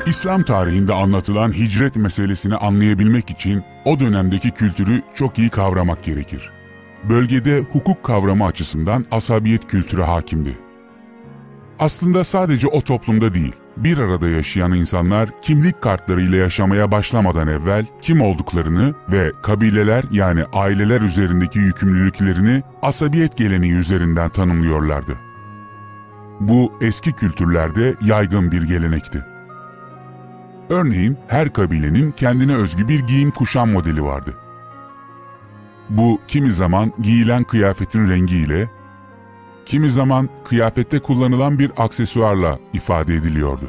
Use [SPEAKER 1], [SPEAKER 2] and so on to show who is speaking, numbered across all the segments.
[SPEAKER 1] İslam tarihinde anlatılan hicret meselesini anlayabilmek için o dönemdeki kültürü çok iyi kavramak gerekir. Bölgede hukuk kavramı açısından asabiyet kültürü hakimdi. Aslında sadece o toplumda değil, bir arada yaşayan insanlar kimlik kartlarıyla yaşamaya başlamadan evvel kim olduklarını ve kabileler yani aileler üzerindeki yükümlülüklerini asabiyet geleneği üzerinden tanımlıyorlardı. Bu eski kültürlerde yaygın bir gelenekti. Örneğin her kabilenin kendine özgü bir giyim kuşam modeli vardı. Bu kimi zaman giyilen kıyafetin rengiyle, kimi zaman kıyafette kullanılan bir aksesuarla ifade ediliyordu.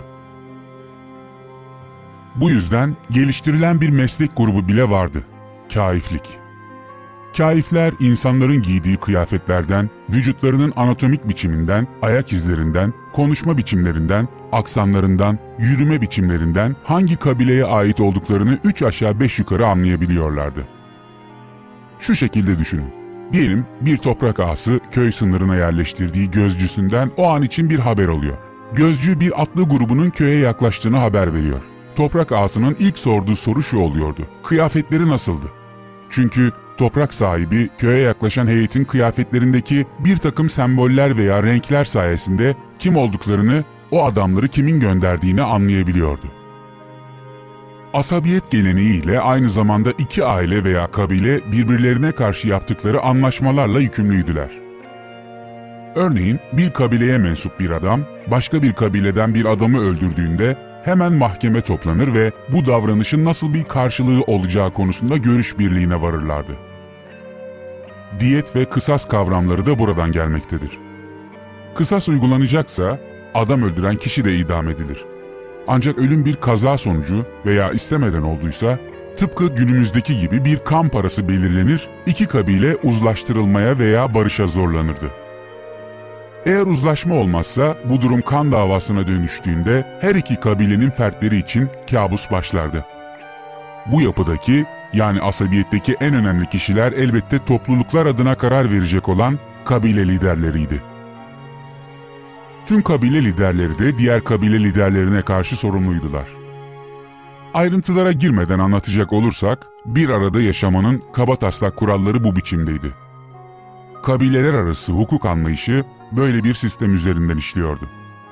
[SPEAKER 1] Bu yüzden geliştirilen bir meslek grubu bile vardı, kâiflik. Kâifler insanların giydiği kıyafetlerden, vücutlarının anatomik biçiminden, ayak izlerinden, konuşma biçimlerinden, aksanlarından, yürüme biçimlerinden hangi kabileye ait olduklarını 3 aşağı 5 yukarı anlayabiliyorlardı. Şu şekilde düşünün. Diyelim bir toprak ağası köy sınırına yerleştirdiği gözcüsünden o an için bir haber alıyor. Gözcü bir atlı grubunun köye yaklaştığını haber veriyor. Toprak ağasının ilk sorduğu soru şu oluyordu: kıyafetleri nasıldı? Çünkü toprak sahibi köye yaklaşan heyetin kıyafetlerindeki bir takım semboller veya renkler sayesinde kim olduklarını, o adamları kimin gönderdiğini anlayabiliyordu. Asabiyet geleneğiyle aynı zamanda iki aile veya kabile birbirlerine karşı yaptıkları anlaşmalarla yükümlüydüler. Örneğin bir kabileye mensup bir adam, başka bir kabileden bir adamı öldürdüğünde hemen mahkeme toplanır ve bu davranışın nasıl bir karşılığı olacağı konusunda görüş birliğine varırlardı. Diyet ve kısas kavramları da buradan gelmektedir. Kısas uygulanacaksa adam öldüren kişi de idam edilir. Ancak ölüm bir kaza sonucu veya istemeden olduysa, tıpkı günümüzdeki gibi bir kan parası belirlenir, iki kabile uzlaştırılmaya veya barışa zorlanırdı. Eğer uzlaşma olmazsa bu durum kan davasına dönüştüğünde her iki kabilenin fertleri için kabus başlardı. Bu yapıdaki, yani asabiyetteki en önemli kişiler elbette topluluklar adına karar verecek olan kabile liderleriydi. Tüm kabile liderleri de diğer kabile liderlerine karşı sorumluydular. Ayrıntılara girmeden anlatacak olursak, bir arada yaşamanın kabataslak kuralları bu biçimdeydi. Kabileler arası hukuk anlayışı böyle bir sistem üzerinden işliyordu.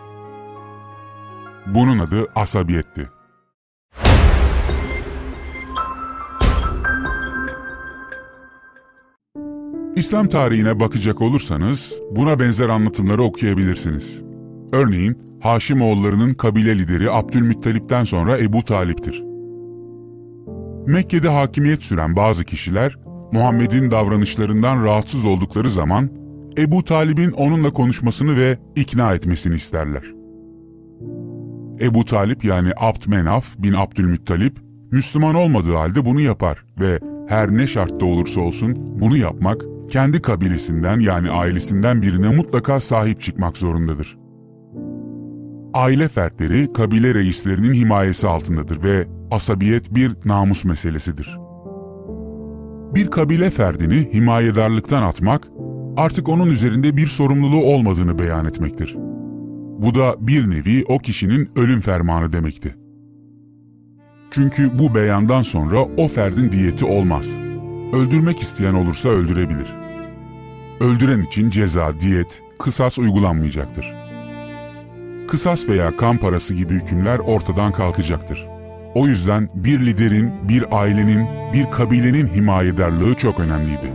[SPEAKER 1] Bunun adı asabiyetti. İslam tarihine bakacak olursanız buna benzer anlatımları okuyabilirsiniz. Örneğin Haşimoğullarının kabile lideri Abdülmuttalip'ten sonra Ebu Talip'tir. Mekke'de hakimiyet süren bazı kişiler Muhammed'in davranışlarından rahatsız oldukları zaman Ebu Talib'in onunla konuşmasını ve ikna etmesini isterler. Ebu Talip yani Abdmenaf bin Abdülmuttalip Müslüman olmadığı halde bunu yapar ve her ne şartta olursa olsun bunu yapmak, kendi kabilesinden yani ailesinden birine mutlaka sahip çıkmak zorundadır. Aile fertleri kabile reislerinin himayesi altındadır ve asabiyet bir namus meselesidir. Bir kabile ferdini himayedarlıktan atmak, artık onun üzerinde bir sorumluluğu olmadığını beyan etmektir. Bu da bir nevi o kişinin ölüm fermanı demekti. Çünkü bu beyandan sonra o ferdin diyeti olmaz. Öldürmek isteyen olursa öldürebilir. Öldüren için ceza, diyet, kısas uygulanmayacaktır. Kısas veya kan parası gibi hükümler ortadan kalkacaktır. O yüzden bir liderin, bir ailenin, bir kabilenin himayedarlığı çok önemliydi.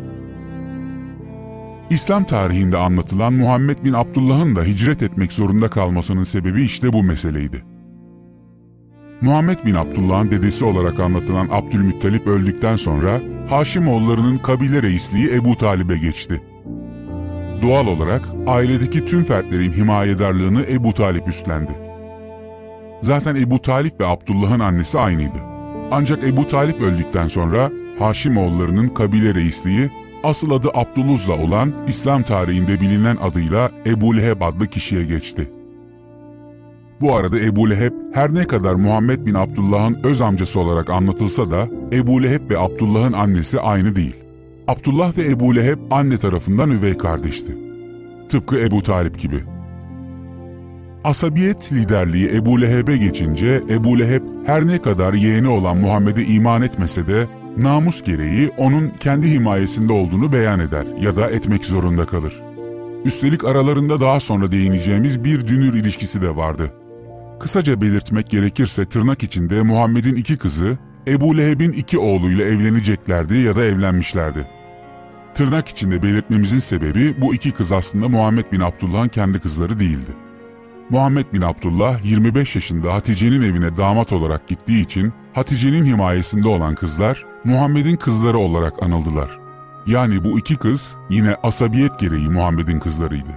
[SPEAKER 1] İslam tarihinde anlatılan Muhammed bin Abdullah'ın da hicret etmek zorunda kalmasının sebebi işte bu meseleydi. Muhammed bin Abdullah'ın dedesi olarak anlatılan Abdülmuttalip öldükten sonra Haşimoğullarının kabile reisliği Ebu Talib'e geçti. Doğal olarak ailedeki tüm fertlerin himayedarlığını Ebu Talip üstlendi. Zaten Ebu Talip ve Abdullah'ın annesi aynıydı. Ancak Ebu Talip öldükten sonra Haşimoğullarının kabile reisliği asıl adı Abdüluzza olan İslam tarihinde bilinen adıyla Ebu Leheb adlı kişiye geçti. Bu arada Ebu Leheb her ne kadar Muhammed bin Abdullah'ın öz amcası olarak anlatılsa da Ebu Leheb ve Abdullah'ın annesi aynı değil. Abdullah ve Ebu Leheb anne tarafından üvey kardeşti. Tıpkı Ebu Talip gibi. Asabiyet liderliği Ebu Leheb'e geçince Ebu Leheb her ne kadar yeğeni olan Muhammed'e iman etmese de namus gereği onun kendi himayesinde olduğunu beyan eder ya da etmek zorunda kalır. Üstelik aralarında daha sonra değineceğimiz bir dünür ilişkisi de vardı. Kısaca belirtmek gerekirse tırnak içinde Muhammed'in 2 kızı Ebu Leheb'in 2 oğluyla evleneceklerdi ya da evlenmişlerdi. Tırnak içinde belirtmemizin sebebi bu 2 kız aslında Muhammed bin Abdullah'ın kendi kızları değildi. Muhammed bin Abdullah 25 yaşında Hatice'nin evine damat olarak gittiği için Hatice'nin himayesinde olan kızlar Muhammed'in kızları olarak anıldılar. Yani bu 2 kız yine asabiyet gereği Muhammed'in kızlarıydı.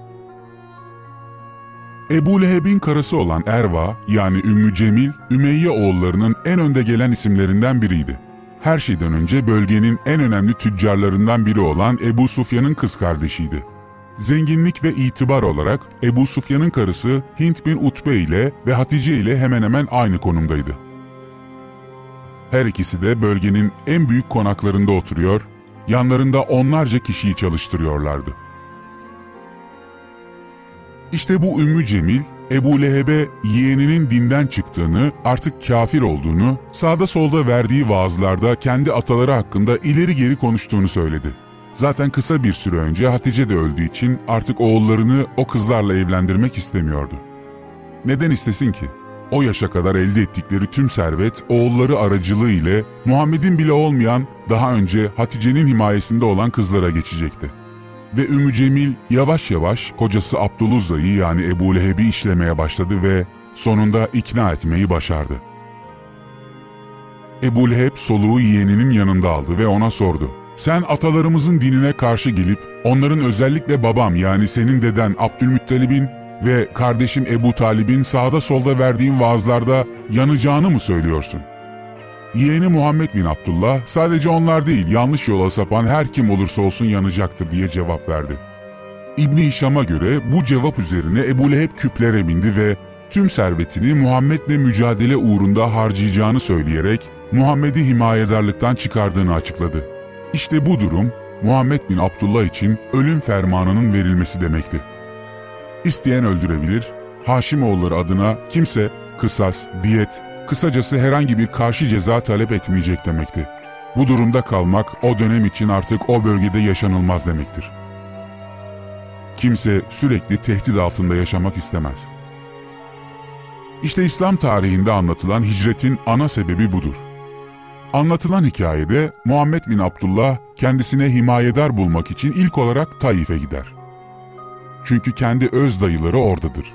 [SPEAKER 1] Ebu Leheb'in karısı olan Erva yani Ümmü Cemil, Ümeyye oğullarının en önde gelen isimlerinden biriydi. Her şeyden önce bölgenin en önemli tüccarlarından biri olan Ebu Sufyan'ın kız kardeşiydi. Zenginlik ve itibar olarak Ebu Sufyan'ın karısı Hint bin Utbe ile ve Hatice ile hemen hemen aynı konumdaydı. Her ikisi de bölgenin en büyük konaklarında oturuyor, yanlarında onlarca kişiyi çalıştırıyorlardı. İşte bu Ümmü Cemil, Ebu Leheb'e yeğeninin dinden çıktığını, artık kafir olduğunu, sağda solda verdiği vaazlarda kendi ataları hakkında ileri geri konuştuğunu söyledi. Zaten kısa bir süre önce Hatice de öldüğü için artık oğullarını o kızlarla evlendirmek istemiyordu. Neden istesin ki? O yaşa kadar elde ettikleri tüm servet oğulları aracılığı ile Muhammed'in bile olmayan, daha önce Hatice'nin himayesinde olan kızlara geçecekti. Ve Ümmü Cemil yavaş yavaş kocası Abdüluzza'yı yani Ebu Leheb'i işlemeye başladı ve sonunda ikna etmeyi başardı. Ebu Leheb soluğu yeğeninin yanında aldı ve ona sordu. Sen atalarımızın dinine karşı gelip onların özellikle babam yani senin deden Abdülmuttalib'in ve kardeşim Ebu Talib'in sağda solda verdiğin vaazlarda yanacağını mı söylüyorsun? Yeğeni Muhammed bin Abdullah sadece onlar değil yanlış yola sapan her kim olursa olsun yanacaktır diye cevap verdi. İbn-i Hişam'a göre bu cevap üzerine Ebu Leheb küplere bindi ve tüm servetini Muhammed'le mücadele uğrunda harcayacağını söyleyerek Muhammed'i himayedarlıktan çıkardığını açıkladı. İşte bu durum Muhammed bin Abdullah için ölüm fermanının verilmesi demekti. İsteyen öldürebilir, Haşimoğulları adına kimse kısas, diyet, kısacası herhangi bir karşı ceza talep etmeyecek demekti. Bu durumda kalmak o dönem için artık o bölgede yaşanılmaz demektir. Kimse sürekli tehdit altında yaşamak istemez. İşte İslam tarihinde anlatılan hicretin ana sebebi budur. Anlatılan hikayede Muhammed bin Abdullah kendisine himayedar bulmak için ilk olarak Taif'e gider. Çünkü kendi öz dayıları oradadır.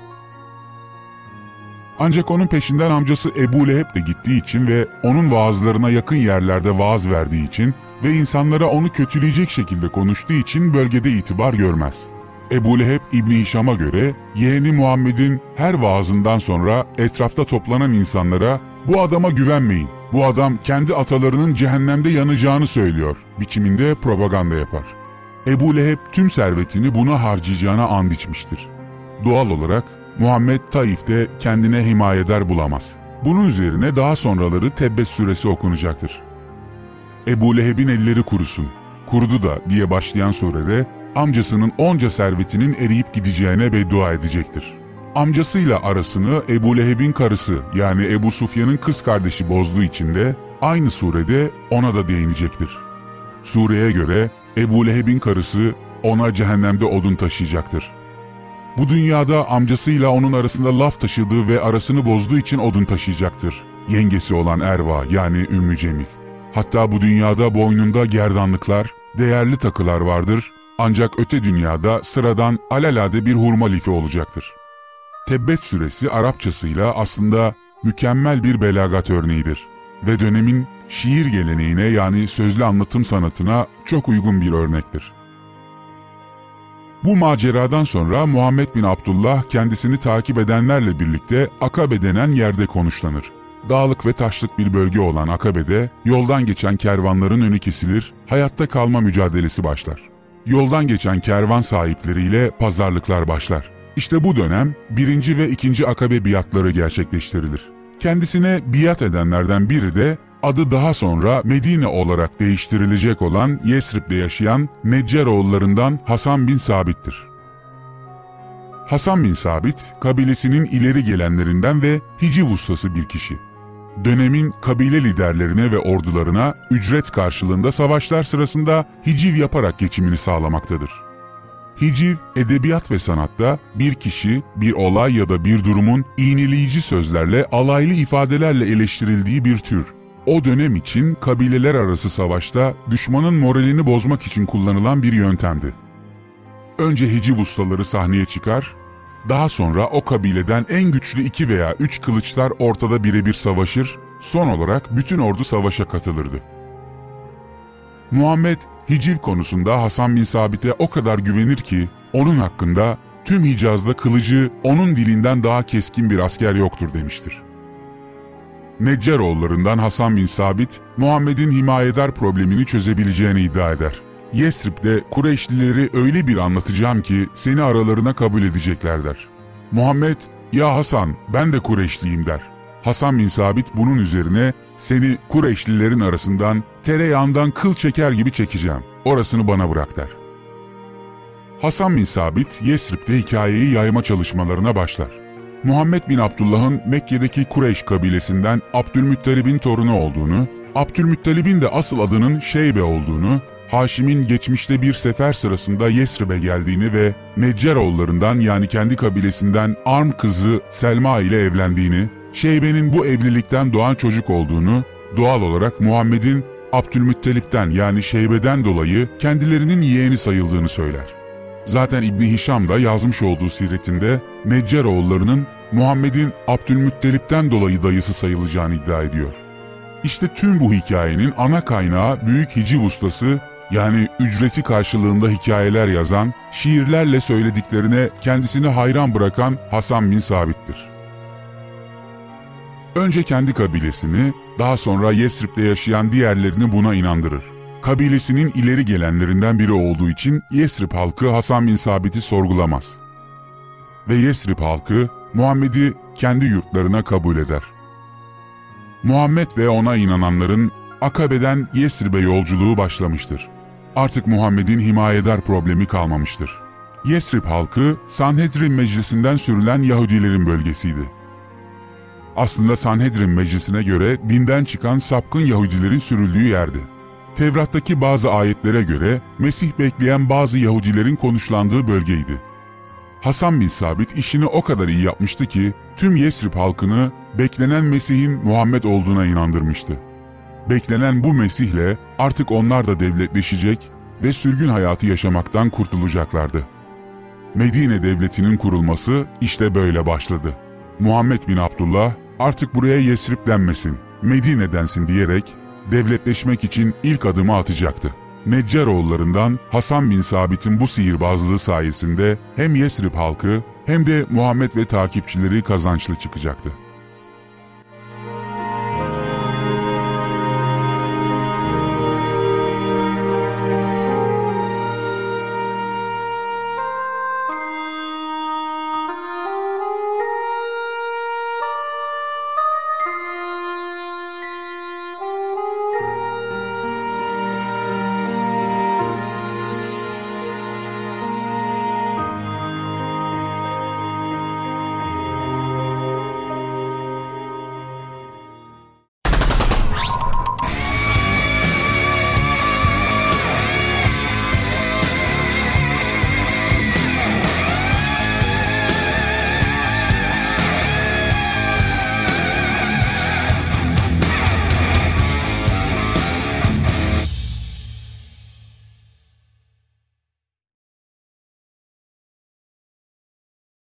[SPEAKER 1] Ancak onun peşinden amcası Ebu Leheb de gittiği için ve onun vaazlarına yakın yerlerde vaaz verdiği için ve insanlara onu kötüleyecek şekilde konuştuğu için bölgede itibar görmez. Ebu Leheb İbn-i Hişam'a göre yeğeni Muhammed'in her vaazından sonra etrafta toplanan insanlara "Bu adama güvenmeyin, bu adam kendi atalarının cehennemde yanacağını söylüyor" biçiminde propaganda yapar. Ebu Leheb tüm servetini buna harcayacağına and içmiştir. Doğal olarak Muhammed Taif'te kendine himayedar bulamaz. Bunun üzerine daha sonraları Tebbet suresi okunacaktır. Ebu Leheb'in elleri kurusun, kurudu da diye başlayan surede amcasının onca servetinin eriyip gideceğine beddua edecektir. Amcasıyla arasını Ebu Leheb'in karısı yani Ebu Sufyan'ın kız kardeşi bozduğu için de aynı surede ona da değinecektir. Sureye göre Ebu Leheb'in karısı ona cehennemde odun taşıyacaktır. Bu dünyada amcasıyla onun arasında laf taşıdığı ve arasını bozduğu için odun taşıyacaktır. Yengesi olan Erva yani Ümmü Cemil. Hatta bu dünyada boynunda gerdanlıklar, değerli takılar vardır. Ancak öte dünyada sıradan alelade bir hurma lifi olacaktır. Tebbet suresi Arapçasıyla aslında mükemmel bir belagat örneğidir. Ve dönemin şiir geleneğine yani sözlü anlatım sanatına çok uygun bir örnektir. Bu maceradan sonra Muhammed bin Abdullah kendisini takip edenlerle birlikte Akabe denen yerde konuşlanır. Dağlık ve taşlık bir bölge olan Akabe'de yoldan geçen kervanların önü kesilir, hayatta kalma mücadelesi başlar. Yoldan geçen kervan sahipleriyle pazarlıklar başlar. İşte bu dönem 1. ve 2. Akabe biatları gerçekleştirilir. Kendisine biat edenlerden biri de adı daha sonra Medine olarak değiştirilecek olan Yesrib'de yaşayan Neccaroğullarından Hasan bin Sabit'tir. Hasan bin Sabit, kabilesinin ileri gelenlerinden ve hiciv ustası bir kişi. Dönemin kabile liderlerine ve ordularına ücret karşılığında savaşlar sırasında hiciv yaparak geçimini sağlamaktadır. Hiciv, edebiyat ve sanatta bir kişi, bir olay ya da bir durumun iğneleyici sözlerle, alaylı ifadelerle eleştirildiği bir tür. O dönem için kabileler arası savaşta düşmanın moralini bozmak için kullanılan bir yöntemdi. Önce hiciv ustaları sahneye çıkar, daha sonra o kabileden en güçlü 2 veya 3 kılıçlar ortada birebir savaşır, son olarak bütün ordu savaşa katılırdı. Muhammed, hiciv konusunda Hasan bin Sabit'e o kadar güvenir ki, onun hakkında tüm Hicaz'da kılıcı onun dilinden daha keskin bir asker yoktur demiştir. Neccaroğullarından Hasan bin Sabit, Muhammed'in himayedar problemini çözebileceğini iddia eder. Yesrib'de Kureyşlileri öyle bir anlatacağım ki seni aralarına kabul edecekler der. Muhammed, ya Hasan ben de Kureyşliyim der. Hasan bin Sabit bunun üzerine seni Kureyşlilerin arasından tereyağından kıl çeker gibi çekeceğim. Orasını bana bırak der. Hasan bin Sabit Yesrib'de hikayeyi yayma çalışmalarına başlar. Muhammed bin Abdullah'ın Mekke'deki Kureyş kabilesinden Abdülmuttalib'in torunu olduğunu, Abdülmuttalib'in de asıl adının Şeybe olduğunu, Haşim'in geçmişte bir sefer sırasında Yesrib'e geldiğini ve Neccaroğullarından yani kendi kabilesinden Arm kızı Selma ile evlendiğini, Şeybe'nin bu evlilikten doğan çocuk olduğunu, doğal olarak Muhammed'in Abdülmuttalip'ten yani Şeybe'den dolayı kendilerinin yeğeni sayıldığını söyler. Zaten İbni Hişam da yazmış olduğu siretinde Neccaroğullarının Muhammed'in Abdülmuttalip'ten dolayı dayısı sayılacağını iddia ediyor. İşte tüm bu hikayenin ana kaynağı büyük hiciv ustası, yani ücreti karşılığında hikayeler yazan, şiirlerle söylediklerine kendisini hayran bırakan Hasan bin Sabit'tir. Önce kendi kabilesini, daha sonra Yesrib'de yaşayan diğerlerini buna inandırır. Kabilesinin ileri gelenlerinden biri olduğu için Yesrib halkı Hasan bin Sabit'i sorgulamaz. Ve Yesrib halkı Muhammed'i kendi yurtlarına kabul eder. Muhammed ve ona inananların Akabe'den Yesrib'e yolculuğu başlamıştır. Artık Muhammed'in himayedar problemi kalmamıştır. Yesrib halkı Sanhedrin Meclisi'nden sürülen Yahudilerin bölgesiydi. Aslında Sanhedrin Meclisi'ne göre dinden çıkan sapkın Yahudilerin sürüldüğü yerdi. Tevrat'taki bazı ayetlere göre Mesih bekleyen bazı Yahudilerin konuşlandığı bölgeydi. Hasan bin Sabit işini o kadar iyi yapmıştı ki tüm Yesrib halkını beklenen Mesih'in Muhammed olduğuna inandırmıştı. Beklenen bu Mesih'le artık onlar da devletleşecek ve sürgün hayatı yaşamaktan kurtulacaklardı. Medine devletinin kurulması işte böyle başladı. Muhammed bin Abdullah artık buraya Yesrib denmesin, Medine densin diyerek devletleşmek için ilk adımı atacaktı. Neccaroğullarından Hasan bin Sabit'in bu sihirbazlığı sayesinde hem Yesrib halkı hem de Muhammed ve takipçileri kazançlı çıkacaktı.